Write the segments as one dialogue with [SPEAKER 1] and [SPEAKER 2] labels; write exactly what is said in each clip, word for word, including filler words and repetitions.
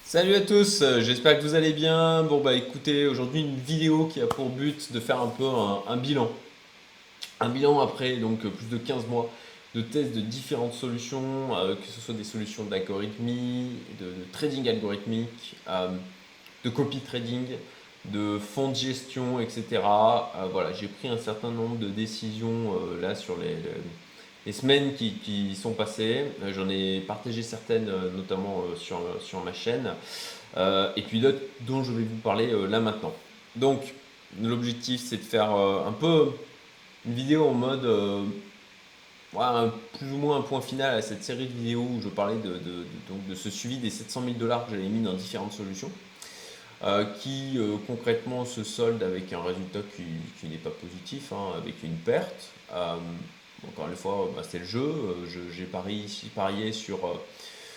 [SPEAKER 1] Salut à tous, euh, j'espère que vous allez bien. Bon bah écoutez, aujourd'hui une vidéo qui a pour but de faire un peu un, un bilan. Un bilan après donc euh, plus de quinze mois de tests de différentes solutions, euh, que ce soit des solutions d'algorithmie, de, de trading algorithmique, euh, de copy trading, de fonds de gestion, et cetera. Euh, voilà, j'ai pris un certain nombre de décisions euh, là sur les, les- les semaines qui, qui sont passées. Euh, J'en ai partagé certaines, euh, notamment euh, sur, sur ma chaîne. Euh, et puis d'autres dont je vais vous parler euh, là maintenant. Donc, l'objectif c'est de faire euh, un peu une vidéo en mode euh, ouais, un- plus ou moins un point final à cette série de vidéos où je parlais de, de- de- donc de ce suivi des sept cent mille dollars que j'avais mis dans différentes solutions, euh, qui euh, concrètement se solde avec un résultat qui, qui n'est pas positif, hein, avec une perte. Euh, encore une fois, bah, c'est le jeu. Euh, je- J'ai parié, parié sur euh,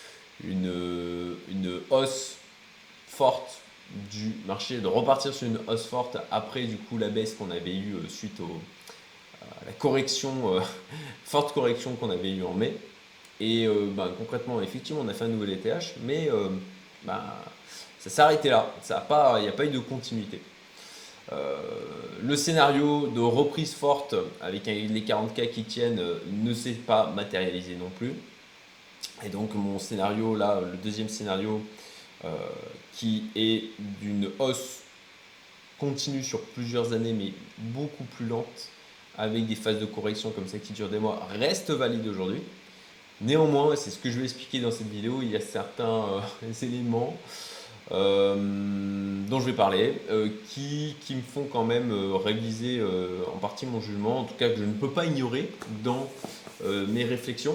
[SPEAKER 1] une, une hausse forte du marché, de repartir sur une hausse forte après du coup la baisse qu'on avait eue euh, suite au, à la correction, euh, forte correction qu'on avait eue en mai. Et euh, ben, concrètement, effectivement, on a fait un nouvel E T H, mais euh, ben, ça s'est arrêté là. Ça a pas, il n'y a pas eu de continuité. Euh, le scénario de reprise forte avec les quarante K qui tiennent euh, ne s'est pas matérialisé non plus. Et donc mon scénario là, le deuxième scénario, euh, qui est d'une hausse continue sur plusieurs années, mais beaucoup plus lente, avec des phases de correction comme ça qui durent des mois, reste valide aujourd'hui. Néanmoins, c'est ce que je vais expliquer dans cette vidéo, il y a certains euh, éléments euh, dont je vais parler euh, qui, qui me font quand même euh, réviser euh, en partie mon jugement, en tout cas que je ne peux pas ignorer dans euh, mes réflexions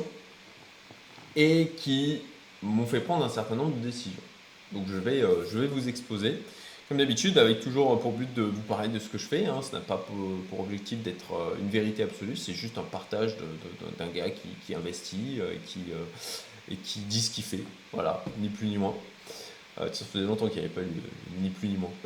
[SPEAKER 1] et qui m'ont fait prendre un certain nombre de décisions. Donc je vais, euh, je vais vous exposer, comme d'habitude, avec toujours pour but de vous parler de ce que je fais. Hein. Ça n'a pas pour, pour objectif d'être euh, une vérité absolue, c'est juste un partage de- de- d'un gars qui, qui investit euh, qui, euh, et qui dit ce qu'il fait. Voilà, ni plus ni moins. Euh, ça faisait longtemps qu'il n'y avait pas eu de- ni plus ni moins.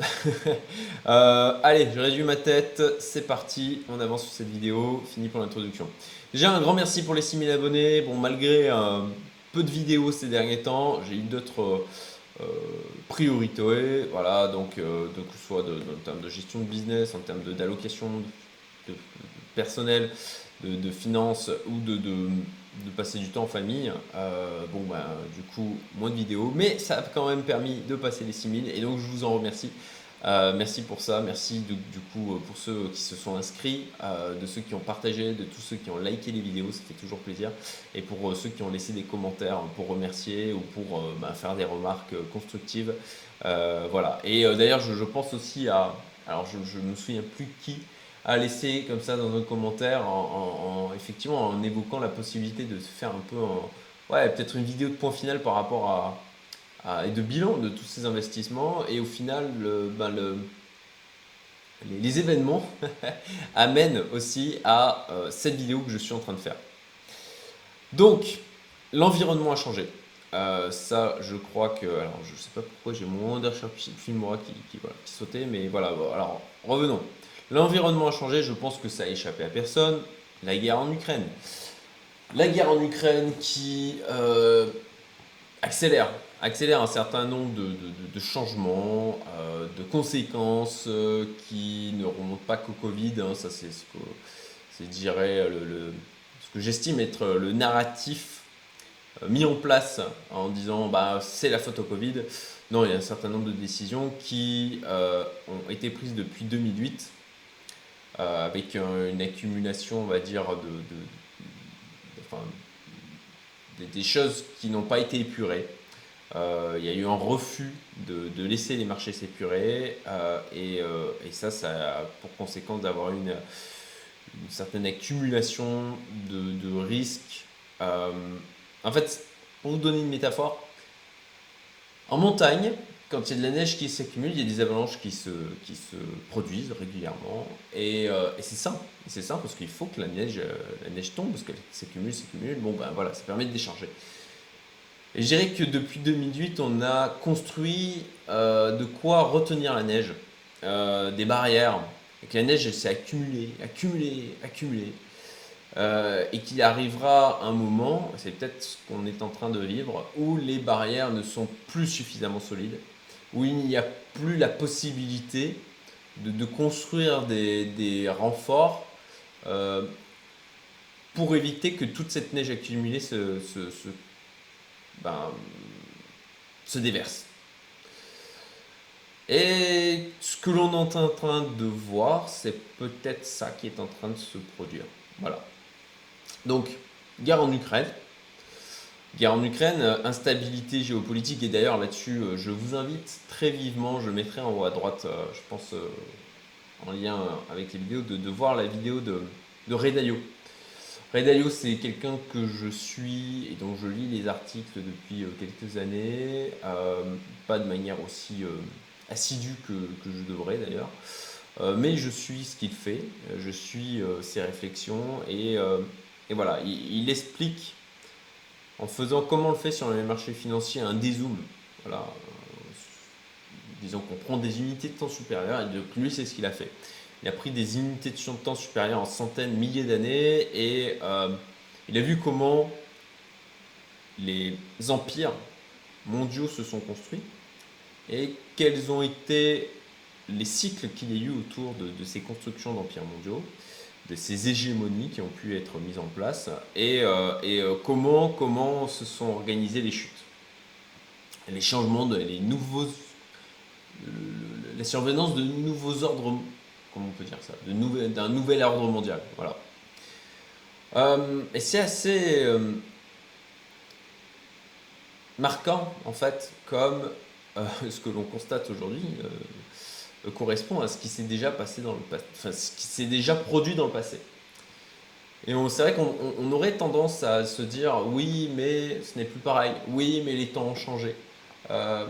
[SPEAKER 1] Euh, allez, je réduis ma tête, c'est parti, on avance sur cette vidéo, fini pour l'introduction. Déjà un grand merci pour les six mille abonnés. Bon, malgré euh, peu de vidéos ces derniers temps, j'ai eu d'autres euh, priorités, voilà, donc euh, de, que ce soit de, de- en termes de gestion de business, en termes de- d'allocation de, de personnel, de, de finances ou de, de, de passer du temps en famille. Euh, bon, ben, du coup, moins de vidéos, mais ça a quand même permis de passer les six mille et donc je vous en remercie. Euh, merci pour ça, merci de- du coup euh, pour ceux qui se sont inscrits, euh, de ceux qui ont partagé, de tous ceux qui ont liké les vidéos, ça fait toujours plaisir. Et pour euh, ceux qui ont laissé des commentaires pour remercier ou pour euh, bah, faire des remarques euh, constructives. Euh, voilà. Et euh, d'ailleurs, je, je pense aussi à. Alors, je ne me souviens plus qui a laissé comme ça dans un commentaire, en, en- en- effectivement, en évoquant la possibilité de se faire un peu. Un- ouais, peut-être une vidéo de point final par rapport à, à- et de bilan de tous ces investissements. Et au final, le, ben, le- les, les événements amènent aussi à euh, cette vidéo que je suis en train de faire. Donc, l'environnement a changé. Euh, ça, je crois que. Alors, je sais pas pourquoi j'ai mon Wondershop Filmora qui, qui, voilà, qui sautait, mais voilà. Bon, alors, revenons. L'environnement a changé, je pense que ça a échappé à personne. La guerre en Ukraine. La guerre en Ukraine qui euh, accélère, accélère un certain nombre de, de- de- de changements, euh, de conséquences euh, qui ne remontent pas qu'au Covid. Hein. Ça, c'est ce que, c'est, je dirais, le, le- ce que j'estime être le narratif euh, mis en place en disant bah, c'est la faute au Covid. Non, il y a un certain nombre de décisions qui euh, ont été prises depuis deux mille huit euh, avec un- une accumulation, on va dire, de, de- de- enfin, des, des choses qui n'ont pas été épurées. Euh, il y a eu un refus de, de laisser les marchés s'épurer euh, et, euh, et ça, ça a pour conséquence d'avoir une, une certaine accumulation de, de risques. Euh, en fait, pour vous donner une métaphore, en montagne, quand il y a de la neige qui s'accumule, il y a des avalanches qui se, qui se produisent régulièrement. Et, euh, et c'est ça, c'est ça parce qu'il faut que la neige, euh, la neige tombe, parce qu'elle s'accumule, s'accumule. Bon, ben voilà, ça permet de décharger. Et je dirais que depuis deux mille huit, on a construit euh, de quoi retenir la neige, euh, des barrières, et que la neige elle s'est accumulée, accumulée, accumulée. euh, et qu'il arrivera un moment, c'est peut-être ce qu'on est en train de vivre, où les barrières ne sont plus suffisamment solides, où il n'y a plus la possibilité de, de construire des, des renforts euh, pour éviter que toute cette neige accumulée se, se, se, ben, se déverse. Et ce que l'on est en train de voir, c'est peut-être ça qui est en train de se produire. Voilà. Donc, guerre en Ukraine. Guerre en Ukraine, euh, instabilité géopolitique, et d'ailleurs là-dessus, euh, je vous invite très vivement, je mettrai en haut à droite, euh, je pense, euh, en lien avec les vidéos, de, de voir la vidéo de, de Ray Dalio. Ray Dalio, c'est quelqu'un que je suis et dont je lis les articles depuis euh, quelques années, euh, pas de manière aussi euh, assidue que, que je devrais d'ailleurs, euh, mais je suis ce qu'il fait, je suis euh, ses réflexions, et, euh, et voilà, il, il explique en faisant, comme on le fait sur les marchés financiers, un dézoom. Voilà, euh, disons qu'on prend des unités de temps supérieures, et donc lui, c'est ce qu'il a fait. Il a pris des unités de temps supérieures en centaines, milliers d'années, et euh, il a vu comment les empires mondiaux se sont construits et quels ont été les cycles qu'il y a eu autour de, de ces constructions d'empires mondiaux, de ces hégémonies qui ont pu être mises en place, et, euh, et euh, comment, comment se sont organisées les chutes, les changements, de, les nouveaux, le- le- la survenance de nouveaux ordres, comment on peut dire ça, de nouvel- d'un nouvel ordre mondial. Voilà. Euh, et c'est assez euh, marquant, en fait, comme euh, ce que l'on constate aujourd'hui euh, correspond à ce qui s'est déjà passé dans le passé, enfin ce qui s'est déjà produit dans le passé. Et on- c'est vrai qu'on on- on aurait tendance à se dire oui, mais ce n'est plus pareil, oui, mais les temps ont changé. Euh,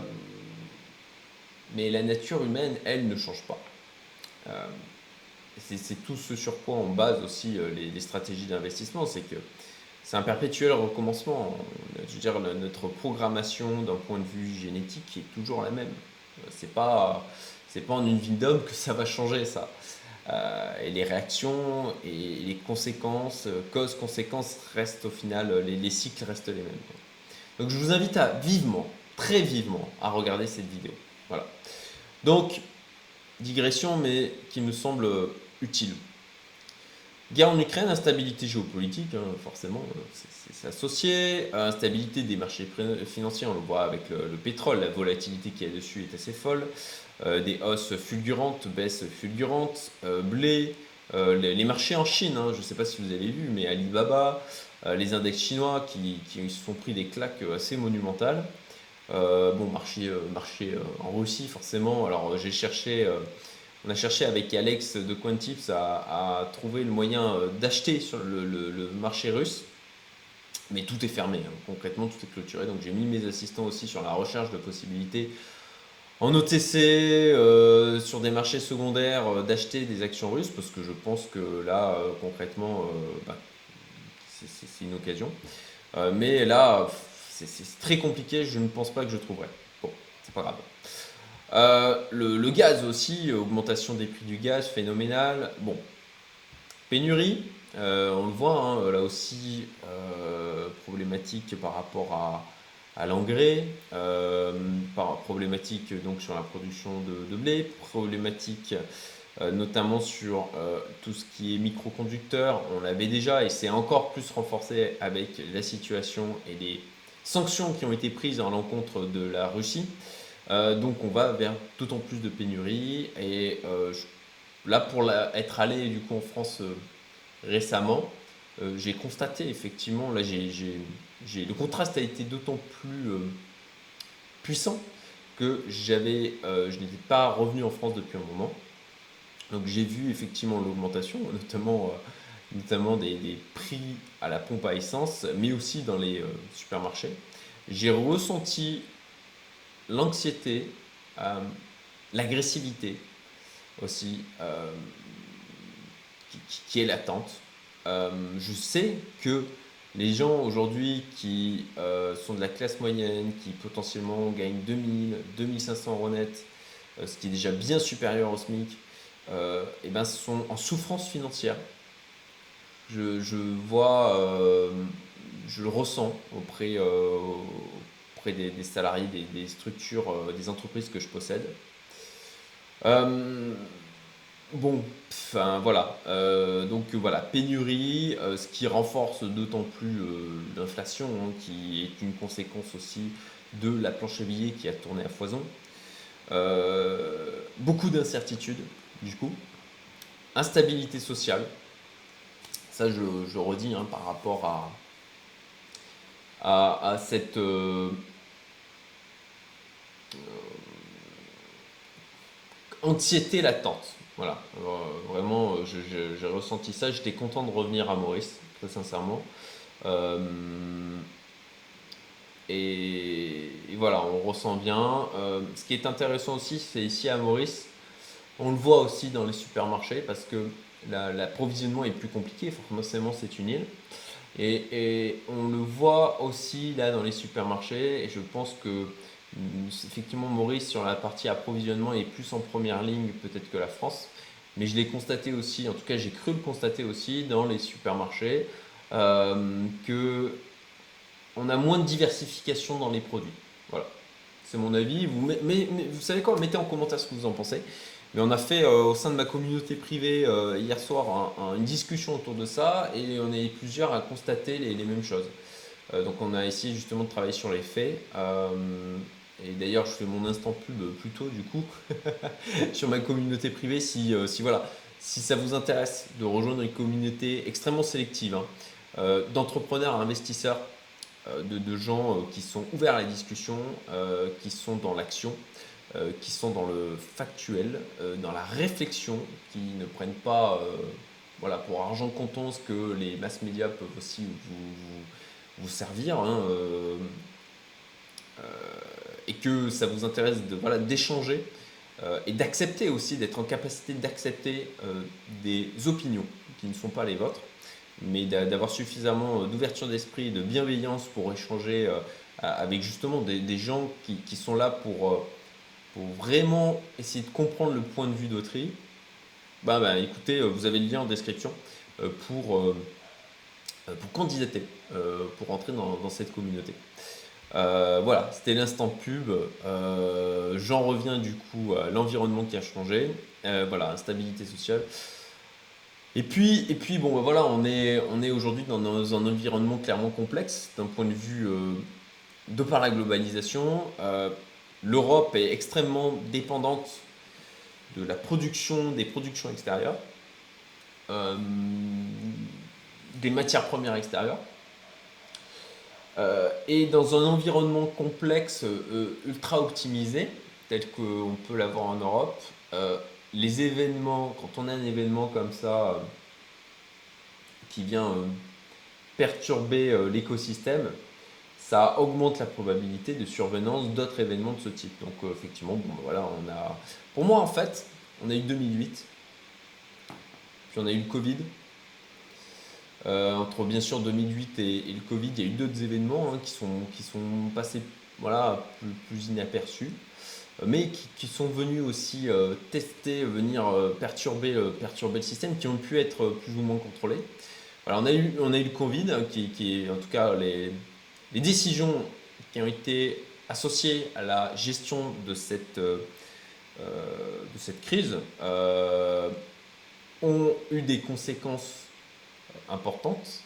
[SPEAKER 1] mais la nature humaine, elle, ne change pas. Euh, c'est c'est tout ce sur quoi on base aussi euh, les, les stratégies d'investissement, c'est que c'est un perpétuel recommencement. Je veux dire, la- notre programmation d'un point de vue génétique est toujours la même. Euh, C'est pas, c'est pas en une vie d'homme que ça va changer, ça. Euh, et les réactions et les conséquences, euh, causes-conséquences restent au final, euh, les, les cycles restent les mêmes. Donc je vous invite à vivement, très vivement, à regarder cette vidéo. Voilà. Donc, digression, mais qui me semble euh, utile. Guerre en Ukraine, instabilité géopolitique, hein, forcément, euh, c'est- c'est associé. Euh, Instabilité des marchés pré- financiers, on le voit avec le, le pétrole, la volatilité qu'il y a dessus est assez folle. Euh, des hausses fulgurantes, baisses fulgurantes, euh, blé, euh, les, les marchés en Chine, hein, je ne sais pas si vous avez vu, mais Alibaba, euh, les index chinois qui, qui se sont pris des claques assez monumentales. Euh, bon, marché, euh, marché euh, en Russie, forcément. Alors, j'ai cherché, euh, on a cherché avec Alex de Quantips à, à trouver le moyen euh, d'acheter sur le, le- le marché russe, mais tout est fermé, hein. Concrètement, tout est clôturé. Donc, j'ai mis mes assistants aussi sur la recherche de possibilités en O T C, euh, sur des marchés secondaires, euh, d'acheter des actions russes, parce que je pense que là, euh, concrètement, euh, bah, c'est c'est- c'est une occasion. Euh, mais là, c'est c'est très compliqué, je ne pense pas que je trouverai. Bon, c'est pas grave. Euh, le, le gaz aussi, augmentation des prix du gaz phénoménale. Bon, pénurie, euh, on le voit, hein, là aussi, euh, problématique par rapport à, à l'engrais, euh, par, problématique donc sur la production de, de blé, problématique euh, notamment sur euh, tout ce qui est microconducteurs. On l'avait déjà et c'est encore plus renforcé avec la situation et les sanctions qui ont été prises à l'encontre de la Russie. Euh, donc on va vers d'autant plus de pénurie, et euh, je- là pour la- être allé du coup en France euh, récemment, euh, j'ai constaté effectivement, là j'ai, j'ai- j'ai- le contraste a été d'autant plus euh, puissant que j'avais, euh, je n'étais pas revenu en France depuis un moment. Donc j'ai vu effectivement l'augmentation, notamment, euh, notamment des, des prix à la pompe à essence, mais aussi dans les euh, supermarchés. J'ai ressenti l'anxiété, euh, l'agressivité aussi, euh, qui, qui- qui est latente. Euh, je sais que les gens aujourd'hui qui euh, sont de la classe moyenne, qui potentiellement gagnent deux mille, deux mille cinq cents euros net, euh, ce qui est déjà bien supérieur au SMIC, euh, et ben, sont en souffrance financière. je, je vois, euh, je le ressens auprès, euh, auprès des, des salariés, des, des structures, euh, des entreprises que je possède. Euh, bon, enfin voilà. Euh, donc voilà, pénurie, euh, ce qui renforce d'autant plus euh, l'inflation, hein, qui est une conséquence aussi de la planche à billets qui a tourné à foison. Euh, beaucoup d'incertitudes, du coup. Instabilité sociale, ça je, je redis hein, par rapport à, à, à cette euh, anxiété latente. Voilà, Euh, vraiment, euh, je- je- j'ai ressenti ça. J'étais content de revenir à Maurice, très sincèrement. Euh, et, et voilà, on ressent bien. Euh, ce qui est intéressant aussi, c'est ici à Maurice, on le voit aussi dans les supermarchés parce que la- l'approvisionnement est plus compliqué. Forcément, c'est une île. Et, et on le voit aussi là dans les supermarchés. Et je pense que mm, effectivement Maurice sur la partie approvisionnement est plus en première ligne peut-être que la France. Mais je l'ai constaté aussi, en tout cas j'ai cru le constater aussi dans les supermarchés, euh, que on a moins de diversification dans les produits. Voilà, c'est mon avis. Vous, mais, mais- mais vous savez quoi, mettez en commentaire ce que vous en pensez. Mais on a fait euh, au sein de ma communauté privée euh, hier soir un- un- une discussion autour de ça et on est plusieurs à constater les, les mêmes choses. Euh, donc on a essayé justement de travailler sur les faits. Euh, et d'ailleurs je fais mon instant pub plus tôt du coup sur ma communauté privée si, euh, si, voilà, si ça vous intéresse de rejoindre une communauté extrêmement sélective hein, euh, d'entrepreneurs à investisseurs, euh, de, de gens euh, qui sont ouverts à la discussion, euh, qui sont dans l'action, euh, qui sont dans le factuel, euh, dans la réflexion, qui ne prennent pas euh, voilà, pour argent comptant ce que les mass médias peuvent aussi vous, vous, vous servir, hein, euh, euh, et que ça vous intéresse de, voilà, d'échanger euh, et d'accepter aussi, d'être en capacité d'accepter euh, des opinions qui ne sont pas les vôtres, mais d'avoir suffisamment d'ouverture d'esprit et de bienveillance pour échanger euh, avec justement des, des gens qui, qui, sont là pour, euh, pour vraiment essayer de comprendre le point de vue d'autrui. Bah, bah écoutez, vous avez le lien en description euh, pour, euh, pour candidater, euh, pour rentrer dans, dans cette communauté. Euh, voilà, c'était l'instant pub. Euh, J'en reviens du coup à l'environnement qui a changé. Euh, voilà, instabilité sociale. Et puis, et puis bon, bah voilà, on est, on est aujourd'hui dans un, un environnement clairement complexe d'un point de vue euh, de par la globalisation. Euh, L'Europe est extrêmement dépendante de la production, des productions extérieures, euh, des matières premières extérieures. Euh, et dans un environnement complexe, euh, ultra optimisé, tel qu'on peut l'avoir en Europe, euh, les événements, quand on a un événement comme ça euh, qui vient euh, perturber euh, l'écosystème, ça augmente la probabilité de survenance d'autres événements de ce type. Donc euh, effectivement, bon, ben voilà, on a. Pour moi, en fait, on a eu deux mille huit, puis on a eu le Covid. Euh, entre bien sûr deux mille huit et, et le Covid, il y a eu d'autres événements hein, qui, sont, qui sont passés voilà, plus, plus inaperçus, euh, mais qui, qui sont venus aussi euh, tester, venir euh, perturber, euh, perturber le système, qui ont pu être plus ou moins contrôlés. Voilà, on a eu, on a eu le Covid, hein, qui, qui est en tout cas les, les décisions qui ont été associées à la gestion de cette, euh, de cette crise euh, ont eu des conséquences importantes.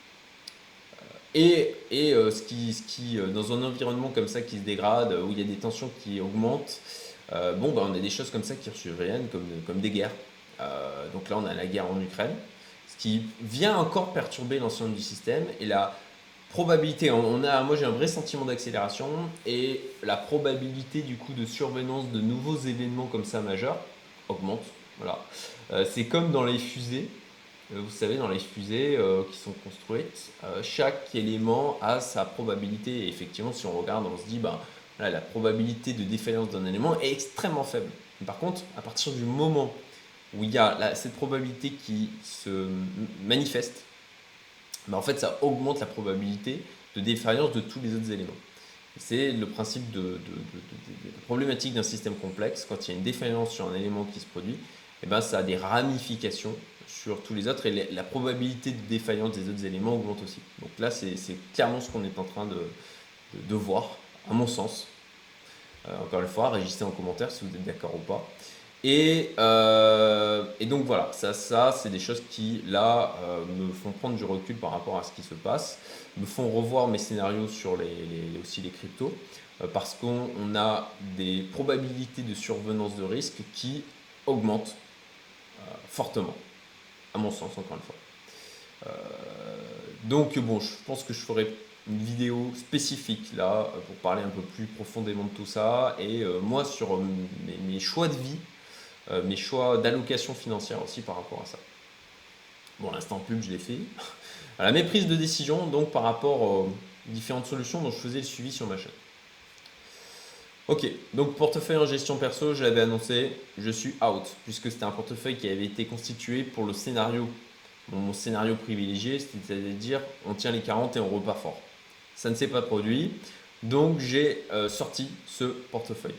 [SPEAKER 1] Et, et euh, ce qui, ce qui, euh, dans un environnement comme ça qui se dégrade, où il y a des tensions qui augmentent, euh, bon, bah, on a des choses comme ça qui surviennent, comme, comme des guerres. Euh, donc là, on a la guerre en Ukraine, ce qui vient encore perturber l'ensemble du système. Et la probabilité, on a, moi j'ai un vrai sentiment d'accélération, et la probabilité du coup de survenance de nouveaux événements comme ça majeurs augmente. Voilà. Euh, c'est comme dans les fusées. Euh, Vous savez, dans les fusées euh, qui sont construites, euh, chaque élément a sa probabilité. Et effectivement, si on regarde, on se dit, bah, voilà, la probabilité de défaillance d'un élément est extrêmement faible. Mais par contre, à partir du moment où il y a la- cette probabilité qui se manifeste, bah, en fait, ça augmente la probabilité de défaillance de tous les autres éléments. C'est le principe de, de, de, de- de- de problématique d'un système complexe. Quand il y a une défaillance sur un élément qui se produit, eh ben, ça a des ramifications sur tous les autres et les- la probabilité de défaillance des autres éléments augmente aussi. Donc là, c'est c'est clairement ce qu'on est en train de, de, de voir, à mon sens. Euh, encore une fois, réagissez en commentaire si vous êtes d'accord ou pas. Et, euh, et donc voilà, ça, ça c'est des choses qui, là, euh, me font prendre du recul par rapport à ce qui se passe, me font revoir mes scénarios sur les, les- aussi les cryptos, euh, parce qu'on on a des probabilités de survenance de risque qui augmentent euh, fortement, à mon sens, encore une fois. Euh, donc bon, je pense que je ferai une vidéo spécifique là euh, pour parler un peu plus profondément de tout ça et euh, moi sur euh, mes, mes choix de vie, euh, mes choix d'allocation financière aussi par rapport à ça. Bon, l'instant pub, je l'ai fait. Voilà, mes prises de décision donc par rapport aux différentes solutions dont je faisais le suivi sur ma chaîne. Ok, donc portefeuille en gestion perso, je l'avais annoncé, je suis out, puisque c'était un portefeuille qui avait été constitué pour le scénario, mon scénario privilégié, c'est-à-dire on tient les quarante et on repart fort. Ça ne s'est pas produit, donc j'ai euh, sorti ce portefeuille.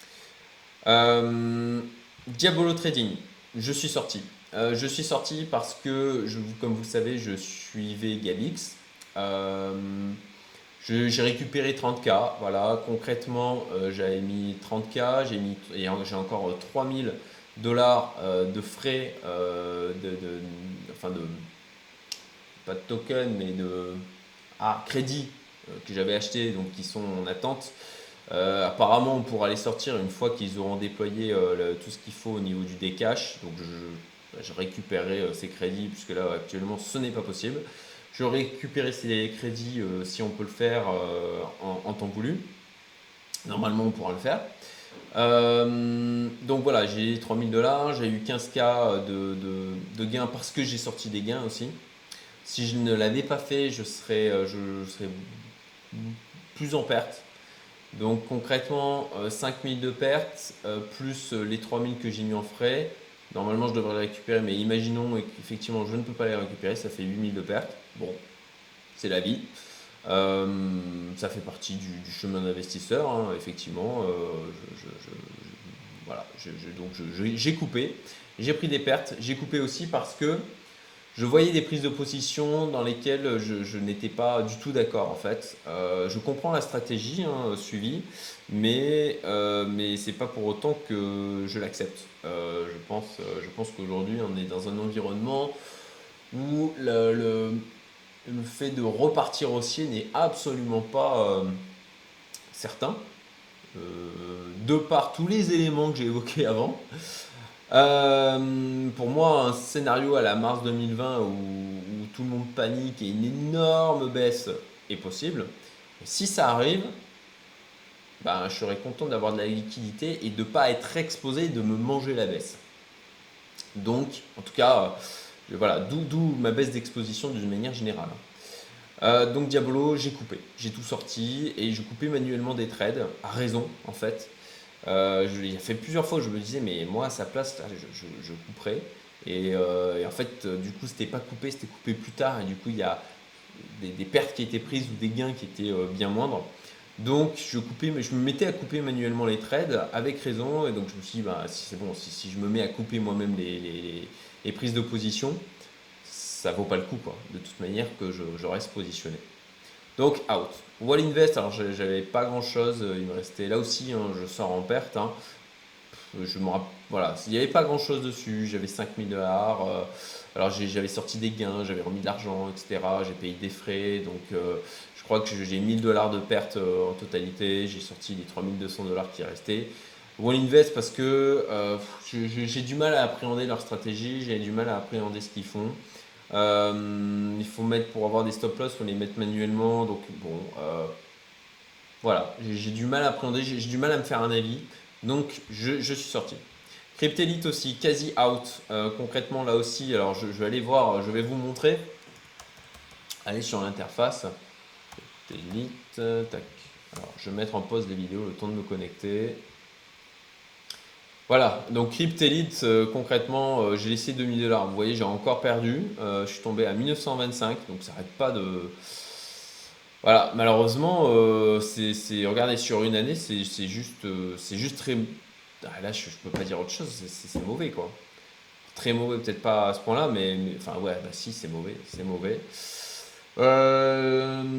[SPEAKER 1] Euh, Diabolo Trading, je suis sorti. Euh, je suis sorti parce que, je, comme vous le savez, je suivais Gabix. Euh, je- j'ai récupéré trente K. Voilà, concrètement, euh, j'avais mis trente K, j'ai mis et en- j'ai encore euh, trois mille dollars euh, de frais, euh, de, de- enfin de, pas de token, mais de ah, crédit euh, que j'avais acheté, donc qui sont en attente. Euh, apparemment, on pourra les sortir une fois qu'ils auront déployé euh, le- tout ce qu'il faut au niveau du décash. Donc, je, je récupérerai euh, ces crédits, puisque là, actuellement, ce n'est pas possible. Je récupérerai ces crédits euh, si on peut le faire euh, en, en temps voulu. Normalement, on pourra le faire. Euh, donc voilà, j'ai trois mille dollars, j'ai eu quinze K de, de, de gains parce que j'ai sorti des gains aussi. Si je ne l'avais pas fait, je serais, euh, je, je serais plus en perte. Donc concrètement, euh, cinq mille de pertes, euh, plus euh, les trois mille que j'ai mis en frais. Normalement, je devrais les récupérer, mais imaginons qu'effectivement, je ne peux pas les récupérer, ça fait huit mille de pertes. Bon, c'est la vie. Euh, ça fait partie du, du chemin d'investisseur, hein, effectivement. Euh, je- je- je- je- voilà, je- je- donc je- je- j'ai coupé. J'ai pris des pertes. J'ai coupé aussi parce que je voyais des prises de position dans lesquelles je, je n'étais pas du tout d'accord en fait. Euh, je comprends la stratégie hein, suivie, mais, euh, mais c'est pas pour autant que je l'accepte. Euh, je pense, euh, je pense qu'aujourd'hui on est dans un environnement où le, le, le fait de repartir haussier n'est absolument pas euh, certain, euh, de par tous les éléments que j'ai évoqués avant. Euh, pour moi, un scénario à la mars deux mille vingt où, où tout le monde panique et une énorme baisse est possible. Si ça arrive, ben, je serais content d'avoir de la liquidité et de ne pas être exposé et de me manger la baisse. Donc, en tout cas, euh, voilà, d'où ma baisse d'exposition d'une manière générale. Euh, donc Diabolo, j'ai coupé, j'ai tout sorti et je coupais manuellement des trades, à raison en fait. Euh, je l'ai fait plusieurs fois, je me disais, mais moi à sa place, je, je, je couperais. Et, euh, et en fait, euh, du coup, c'était pas coupé, c'était coupé plus tard. Et du coup, il y a des, des pertes qui étaient prises ou des gains qui étaient euh, bien moindres. Donc, je coupais, mais je me mettais à couper manuellement les trades avec raison. Et donc, je me suis dit, bah, si c'est bon, si, si je me mets à couper moi-même les, les, les prises de position, ça vaut pas le coup, quoi. De toute manière, que je, je reste positionné. Donc out. Wall Invest, alors j'avais pas grand chose, il me restait là aussi, hein, je sors en perte. Hein. Je me rapp... Voilà, il n'y avait pas grand chose dessus, j'avais cinq mille dollars. Euh, alors j'avais sorti des gains, j'avais remis de l'argent, et cetera. J'ai payé des frais, donc euh, je crois que j'ai mille dollars de perte euh, en totalité. J'ai sorti les trois mille deux cents dollars qui restaient. Wall Invest parce que euh, j'ai du mal à appréhender leur stratégie, j'ai du mal à appréhender ce qu'ils font. Euh, il faut mettre pour avoir des stop loss, il faut les mettre manuellement. Donc bon, euh, voilà, j'ai du mal à appréhender, j'ai du mal à me faire un avis. Donc je, je suis sorti. Cryptelite aussi, quasi out. Euh, concrètement là aussi, alors je, je vais aller voir, je vais vous montrer. Allez sur l'interface. Cryptelite, tac. Alors je vais mettre en pause les vidéos, le temps de me connecter. Voilà, donc Cryptelite, euh, concrètement, euh, j'ai laissé deux mille dollars. Vous voyez, j'ai encore perdu. Euh, je suis tombé à mille neuf cent vingt-cinq, donc ça n'arrête pas de. Voilà, malheureusement, euh, c'est, c'est- regardez, sur une année, c'est c'est juste, euh, c'est juste très. Ah, là, je, je peux pas dire autre chose, c'est c'est- c'est mauvais quoi. très mauvais, peut-être pas à ce point-là, mais, mais- enfin ouais, bah si, c'est mauvais, c'est mauvais. Euh,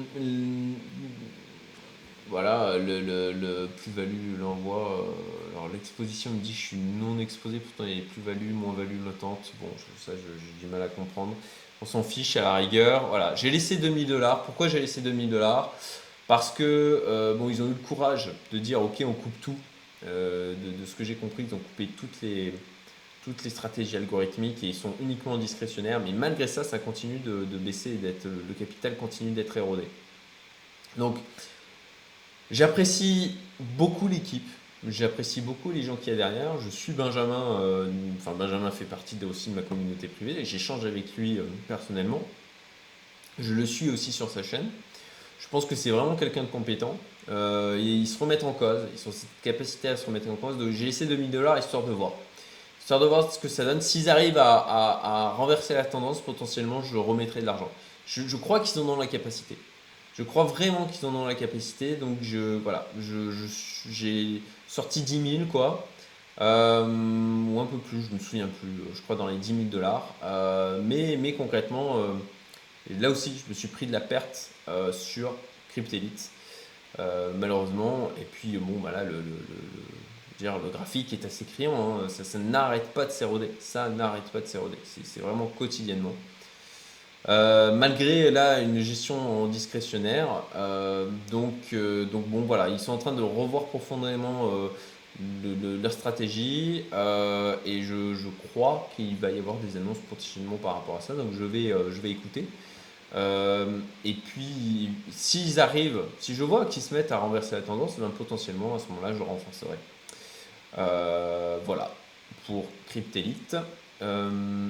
[SPEAKER 1] voilà, le, le- le plus-value, l'envoi. euh, alors l'exposition me dit que je suis non exposé, pourtant il y a des plus-values, moins-values notantes. Bon, je- ça je- j'ai du mal à comprendre. On s'en fiche à la rigueur. Voilà, j'ai laissé deux mille dollars. Pourquoi j'ai laissé deux mille dollars? Parce que euh, bon, ils ont eu le courage de dire ok, on coupe tout. Euh, de, de ce que j'ai compris, ils ont coupé toutes les, toutes les stratégies algorithmiques et ils sont uniquement discrétionnaires. Mais malgré ça, ça continue de, de baisser et d'être, le capital continue d'être érodé. Donc j'apprécie beaucoup l'équipe, j'apprécie beaucoup les gens qu'il y a derrière. Je suis Benjamin, euh, enfin Benjamin fait partie de, aussi de ma communauté privée et j'échange avec lui euh, personnellement. Je le suis aussi sur sa chaîne. Je pense que c'est vraiment quelqu'un de compétent. Euh, et ils se remettent en cause, ils ont cette capacité à se remettre en cause. Donc j'ai laissé deux mille dollars histoire de voir. Histoire de voir ce que ça donne. S'ils arrivent à, à- à renverser la tendance, potentiellement je remettrai de l'argent. Je, je crois qu'ils en ont la capacité. Je crois vraiment qu'ils en ont la capacité. Donc je, voilà, je, je- j'ai sorti dix mille quoi. Euh, ou un peu plus, je me souviens plus. Je crois dans les dix mille dollars. Euh, mais, mais concrètement, euh, là aussi, je me suis pris de la perte euh, sur Cryptelite. Euh, malheureusement. Et puis bon, voilà, le, le- le- dire, le graphique est assez criant, hein. Ça, ça n'arrête pas de s'éroder. Ça n'arrête pas de s'éroder. C'est c'est vraiment quotidiennement. Euh, malgré là une gestion en discrétionnaire, euh, donc, euh, donc bon voilà, ils sont en train de revoir profondément euh, le- le- leur stratégie euh, et je, je crois qu'il va y avoir des annonces potentiellement par rapport à ça, donc je vais, euh, je vais écouter. Euh, et puis, s'ils arrivent, si je vois qu'ils se mettent à renverser la tendance, ben, potentiellement à ce moment-là, je renforcerai. Euh, voilà pour Cryptelite. Euh,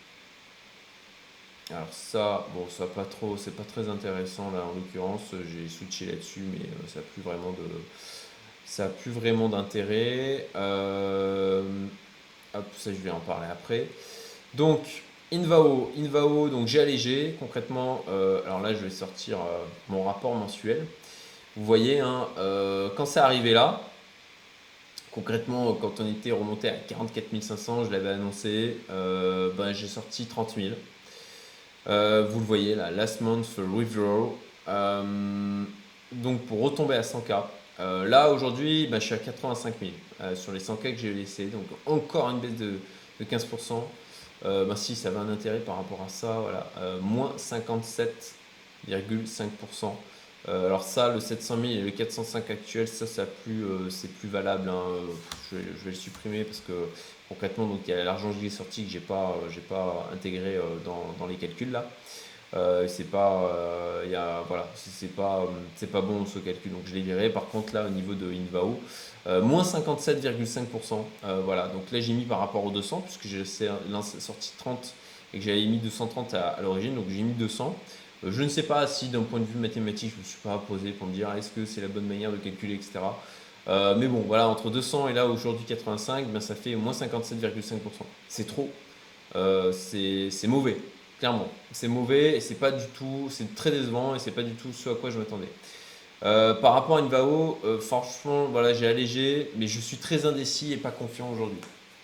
[SPEAKER 1] alors ça, bon, ça pas trop, c'est pas très intéressant là en l'occurrence. J'ai switché là-dessus, mais euh, ça a plus vraiment de, ça a plus vraiment d'intérêt. Euh, hop, ça je vais en parler après. Donc, Invao, Invao, donc j'ai allégé concrètement. Euh, alors là, je vais sortir euh, mon rapport mensuel. Vous voyez, hein, euh, quand c'est arrivé là, concrètement, quand on était remonté à quarante-quatre mille cinq cents, je l'avais annoncé, euh, ben, j'ai sorti trente mille. Euh, vous le voyez là, last month withdrawal. Euh, donc pour retomber à cent K. Euh, là aujourd'hui, ben, je suis à quatre-vingt-cinq mille euh, sur les cent K que j'ai laissé. Donc encore une baisse de, de quinze pour cent. Euh, ben si, ça avait un intérêt par rapport à ça. Voilà, euh, moins cinquante-sept virgule cinq pour cent. Euh, alors ça, le sept cent mille et le quatre cent cinq actuel, ça, ça plus, euh, c'est plus valable, hein. Euh, Je, vais, je vais le supprimer parce que concrètement, donc il y a l'argent que j'ai sorti que j'ai pas, euh, j'ai pas intégré euh, dans, dans les calculs là. Euh, c'est pas, euh, il y a, voilà, c'est c'est pas, euh, c'est pas bon ce calcul, donc je l'ai viré. Par contre là, au niveau de Invao, euh, moins cinquante-sept virgule cinq pour cent. Euh, voilà, donc là j'ai mis par rapport aux deux cents puisque j'ai laissé l'un sorti trente et que j'avais mis deux cent trente à, à l'origine, donc j'ai mis deux cents. Euh, je ne sais pas si d'un point de vue mathématique, je me suis pas posé pour me dire est-ce que c'est la bonne manière de calculer, et cetera. Euh, mais bon, voilà, entre deux cents et là aujourd'hui quatre-vingt-cinq, ben, ça fait moins cinquante-sept virgule cinq pour cent. C'est trop. Euh, c'est c'est mauvais, clairement. C'est mauvais et c'est pas du tout, c'est très décevant et c'est pas du tout ce à quoi je m'attendais. Euh, par rapport à Invao, euh, franchement, voilà, j'ai allégé, mais je suis très indécis et pas confiant aujourd'hui.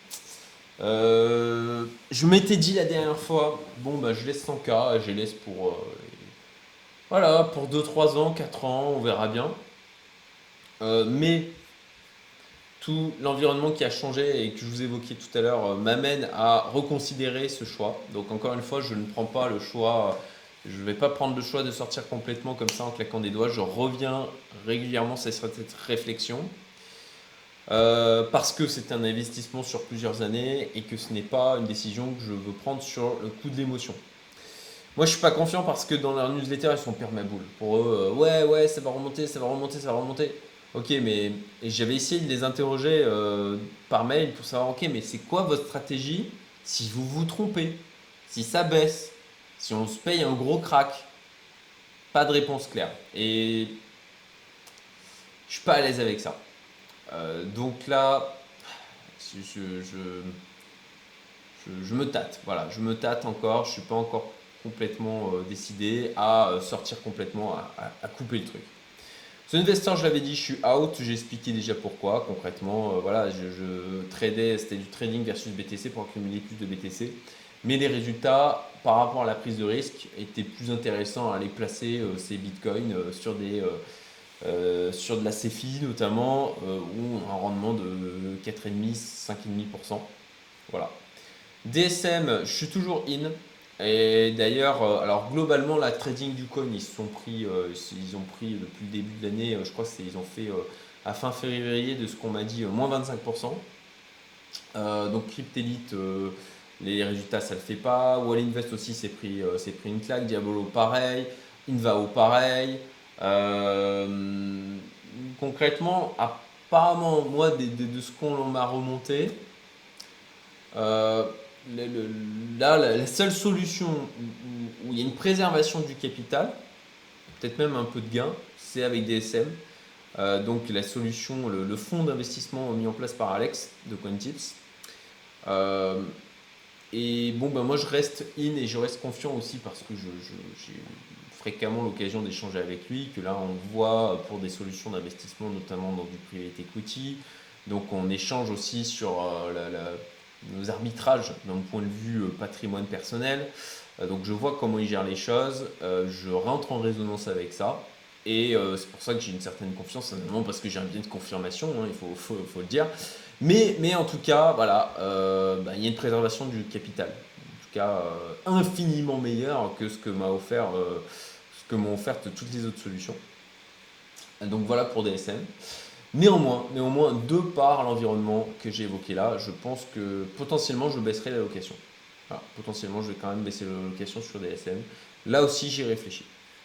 [SPEAKER 1] Euh, je m'étais dit la dernière fois, bon, bah, je laisse cent K, je les laisse pour, euh, voilà, pour deux trois ans, quatre ans, on verra bien. Euh, mais tout l'environnement qui a changé et que je vous évoquais tout à l'heure euh, m'amène à reconsidérer ce choix. Donc encore une fois, je ne prends pas le choix, je ne vais pas prendre le choix de sortir complètement comme ça en claquant des doigts. Je reviens régulièrement sur cette réflexion euh, parce que c'est un investissement sur plusieurs années et que ce n'est pas une décision que je veux prendre sur le coup de l'émotion. Moi, je suis pas confiant parce que dans leur newsletter, ils sont permaboule. Pour eux, euh, ouais, ouais, ça va remonter, ça va remonter, ça va remonter. Ok, mais et j'avais essayé de les interroger euh, par mail pour savoir, ok, mais c'est quoi votre stratégie si vous vous trompez, si ça baisse, si on se paye un gros crack? Pas de réponse claire. Et je suis pas à l'aise avec ça. Euh, donc là, je, je, je, je- je me tâte. Voilà, je me tâte encore. Je suis pas encore complètement euh, décidé à euh, sortir complètement, à, à- à couper le truc. The Investor, je l'avais dit, je suis out. J'ai expliqué déjà pourquoi concrètement. Euh, voilà, je, je tradais, c'était du trading versus B T C pour accumuler plus de B T C. Mais les résultats par rapport à la prise de risque étaient plus intéressants à aller placer euh, ces bitcoins euh, sur, des, euh, euh, sur de la C F I notamment, euh, où on a un rendement de quatre virgule cinq à cinq virgule cinq pour cent. Voilà. D S M, je suis toujours in. Et d'ailleurs, euh, alors globalement, la trading du coin, ils se sont pris, euh, ils ont pris depuis le début de l'année, euh, je crois qu'ils ont fait euh, à fin février de ce qu'on m'a dit, euh, moins vingt-cinq pour cent. Euh, donc Cryptelite, euh, les résultats ça le fait pas. Wall Invest aussi s'est pris, euh, s'est pris une claque. Diabolo pareil. Invao pareil. Euh, concrètement, apparemment, moi, de, de- de ce qu'on m'a remonté, euh, le- le- là, la, la seule solution où, où- où il y a une préservation du capital, peut-être même un peu de gain, c'est avec D S M. Euh, donc la solution, le, le fonds d'investissement mis en place par Alex de CoinTips. Euh, et bon, ben moi je reste in et je reste confiant aussi parce que je, je- j'ai fréquemment l'occasion d'échanger avec lui, que là on voit pour des solutions d'investissement, notamment dans du private equity. Donc on échange aussi sur euh, la- la- nos arbitrages d'un point de vue euh, patrimoine personnel. Euh, donc je vois comment il gère les choses, euh, je rentre en résonance avec ça. Et euh, c'est pour ça que j'ai une certaine confiance, notamment parce que j'ai un biais de confirmation, hein, il faut, faut- faut le dire. Mais, mais en tout cas, voilà, euh, bah, il y a une préservation du capital. En tout cas, euh, infiniment meilleure que ce que m'a offert, euh, ce que m'ont offert toutes les autres solutions. Donc voilà pour D S M. Néanmoins, néanmoins, de par l'environnement que j'ai évoqué là, je pense que potentiellement je baisserai la location. Voilà, potentiellement, je vais quand même baisser la location sur D S M. Là aussi, j'y réfléchis.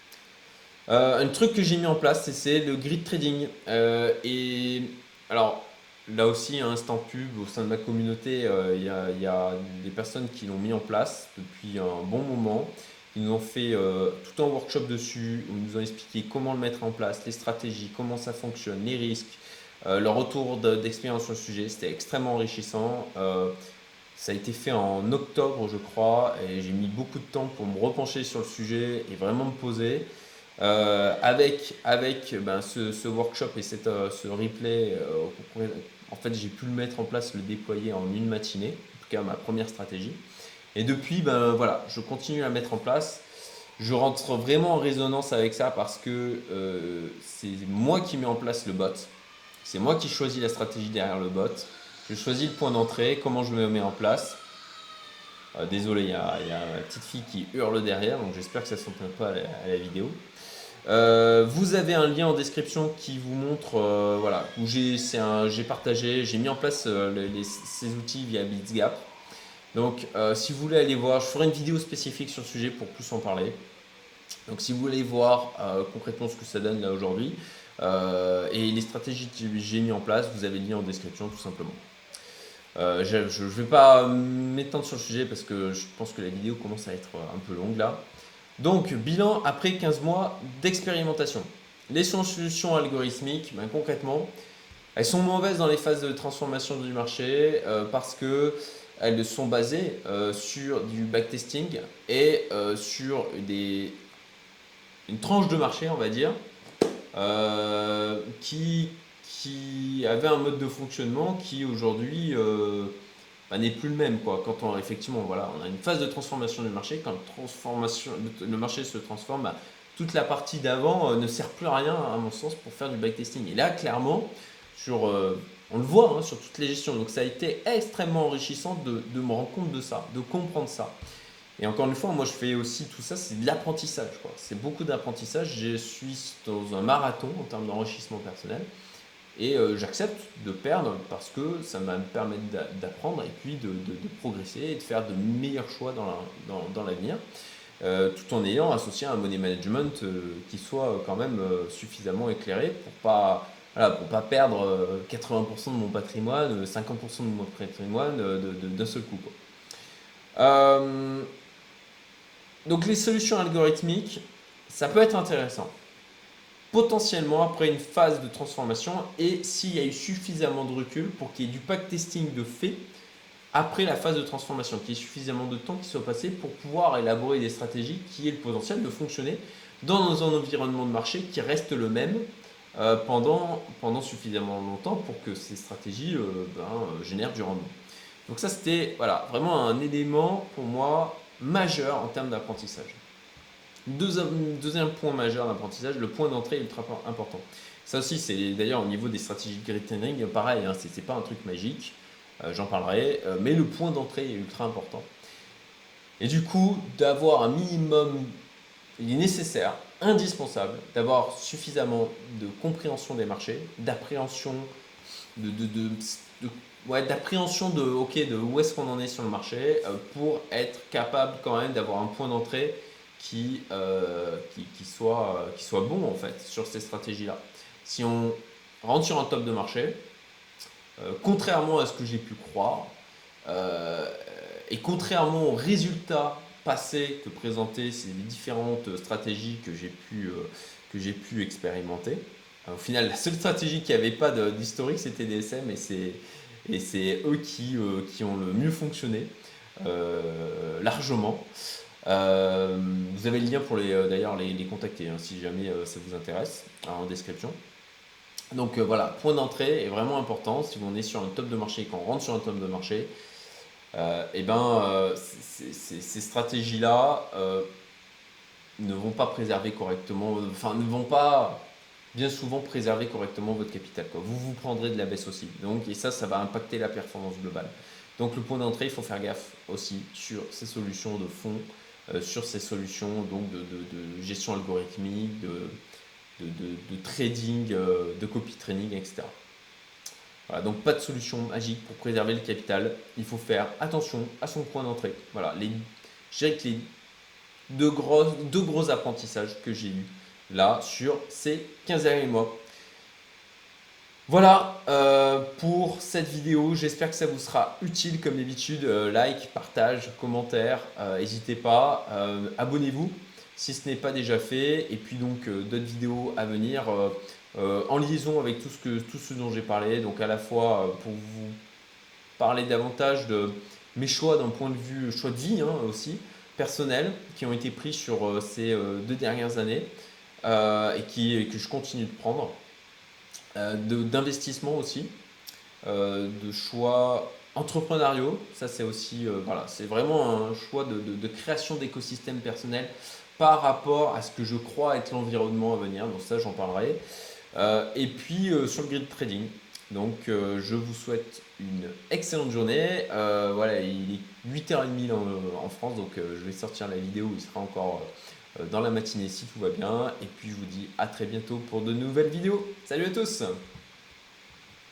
[SPEAKER 1] Euh, un truc que j'ai mis en place, c'est- c'est le grid trading. Euh, et alors, là aussi, un instant pub au sein de ma communauté, euh, il y a, il y a des personnes qui l'ont mis en place depuis un bon moment. Ils nous ont fait euh, tout un workshop dessus, où ils nous ont expliqué comment le mettre en place, les stratégies, comment ça fonctionne, les risques, euh, leur retour de- d'expérience sur le sujet. C'était extrêmement enrichissant. Euh, ça a été fait en octobre, je crois, et j'ai mis beaucoup de temps pour me repencher sur le sujet et vraiment me poser. Euh, avec avec ben, ce, ce workshop et cette, euh, ce replay, euh, en fait, j'ai pu le mettre en place, le déployer en une matinée, en tout cas ma première stratégie. Et depuis, ben voilà, je continue à mettre en place. Je rentre vraiment en résonance avec ça parce que euh, c'est moi qui mets en place le bot. C'est moi qui choisis la stratégie derrière le bot. Je choisis le point d'entrée, comment je le mets en place. Euh, désolé, il y, a, il y a ma petite fille qui hurle derrière, donc j'espère que ça ne s'entend pas à la, à la vidéo. Euh, vous avez un lien en description qui vous montre, euh, voilà, où j'ai c'est un- j'ai partagé, j'ai mis en place euh, les- les- ces outils via BitsGap. Donc, euh, si vous voulez aller voir, je ferai une vidéo spécifique sur le sujet pour plus en parler. Donc, si vous voulez voir euh, concrètement ce que ça donne là aujourd'hui euh, et les stratégies que j'ai mis en place, vous avez le lien en description tout simplement. Euh, je ne vais pas m'étendre sur le sujet parce que je pense que la vidéo commence à être un peu longue là. Donc, bilan après quinze mois d'expérimentation. Les solutions algorithmiques, ben, concrètement, elles sont mauvaises dans les phases de transformation du marché euh, parce que elles sont basées euh, sur du backtesting et euh, sur des, une tranche de marché, on va dire, euh, qui, qui avait un mode de fonctionnement qui aujourd'hui euh, bah, n'est plus le même, quoi. Quand on effectivement, voilà, on a une phase de transformation du marché, quand transformation, le, le marché se transforme, bah, toute la partie d'avant euh, ne sert plus à rien, à mon sens, pour faire du backtesting. Et là, clairement, sur, euh, on le voit hein, sur toutes les gestions. Donc, ça a été extrêmement enrichissant de, de me rendre compte de ça, de comprendre ça. Et encore une fois, moi, je fais aussi tout ça, c'est de l'apprentissage, quoi. C'est beaucoup d'apprentissage. Je suis dans un marathon en termes d'enrichissement personnel. Et euh, j'accepte de perdre parce que ça va me permettre d'a- d'apprendre et puis de, de- de progresser et de faire de meilleurs choix dans la- dans- dans l'avenir, euh, tout en ayant associé un money management euh, qui soit quand même euh, suffisamment éclairé pour pas, voilà, pour pas perdre euh, quatre-vingts pour cent de mon patrimoine, euh, cinquante pour cent de mon patrimoine euh, de- de- d'un seul coup, quoi. Euh, donc les solutions algorithmiques, ça peut être intéressant potentiellement après une phase de transformation et s'il y a eu suffisamment de recul pour qu'il y ait du backtesting de fait après la phase de transformation, qu'il y ait suffisamment de temps qui soit passé pour pouvoir élaborer des stratégies qui aient le potentiel de fonctionner dans un environnement de marché qui reste le même euh, pendant, pendant suffisamment longtemps pour que ces stratégies euh, ben, euh, génèrent du rendement. Donc ça, c'était voilà, vraiment un élément pour moi majeur en termes d'apprentissage. Deuxième, deuxième point majeur d'apprentissage, le point d'entrée est ultra important. Ça aussi, c'est d'ailleurs au niveau des stratégies de grid trading, pareil, hein, c'est c'est pas un truc magique, euh, j'en parlerai, euh, mais le point d'entrée est ultra important. Et du coup, d'avoir un minimum, il est nécessaire, indispensable, d'avoir suffisamment de compréhension des marchés, d'appréhension de, de, de, de ouais, d'appréhension de, ok, de où est-ce qu'on en est sur le marché euh, pour être capable quand même d'avoir un point d'entrée qui, euh, qui, qui, soit, euh, qui soit bon en fait sur ces stratégies-là. Si on rentre sur un top de marché, euh, contrairement à ce que j'ai pu croire, euh, et contrairement aux résultats passés que présentaient ces différentes stratégies que j'ai pu, euh, que j'ai pu expérimenter, au final, la seule stratégie qui n'avait pas d'historique, c'était D S M et c'est, et c'est eux qui, euh, qui ont le mieux fonctionné, euh, largement. Euh, vous avez le lien pour les, euh, d'ailleurs les, les contacter hein, si jamais euh, ça vous intéresse hein, en description. Donc euh, voilà, point d'entrée est vraiment important. Si on est sur un top de marché et qu'on rentre sur un top de marché, euh, et ben, euh, c- c- ces stratégies-là euh, ne vont pas préserver correctement, enfin ne vont pas bien souvent préserver correctement votre capital, quoi. Vous vous prendrez de la baisse aussi. Donc, et ça, ça va impacter la performance globale. Donc le point d'entrée, il faut faire gaffe aussi sur ces solutions de fonds, euh, sur ces solutions donc, de, de- de gestion algorithmique, de, de, de- de trading, euh, de copy trading, et cetera. Voilà, donc pas de solution magique pour préserver le capital. Il faut faire attention à son point d'entrée. Voilà, les, je dirais que les deux gros, deux gros apprentissages que j'ai eu là sur ces quinze derniers mois. Voilà euh, pour cette vidéo, j'espère que ça vous sera utile comme d'habitude, euh, like, partage, commentaire, euh, n'hésitez pas, euh, abonnez-vous si ce n'est pas déjà fait et puis donc euh, d'autres vidéos à venir euh, euh, en liaison avec tout ce, que, tout ce dont j'ai parlé, donc à la fois euh, pour vous parler davantage de mes choix d'un point de vue choix de vie hein, aussi, personnel, qui ont été pris sur euh, ces euh, deux dernières années euh, et, qui, et que je continue de prendre. Euh, de- d'investissement aussi, euh, de choix entrepreneuriaux. Ça, c'est aussi, euh, voilà, c'est vraiment un choix de, de- de création d'écosystème personnel par rapport à ce que je crois être l'environnement à venir. Donc ça, j'en parlerai. Euh, et puis euh, sur le grid trading. Donc euh, je vous souhaite une excellente journée. Euh, voilà, il est huit heures trente en, en France, donc euh, je vais sortir la vidéo, il sera encore euh, dans la matinée si tout va bien. Et puis je vous dis à très bientôt pour de nouvelles vidéos. Salut à tous!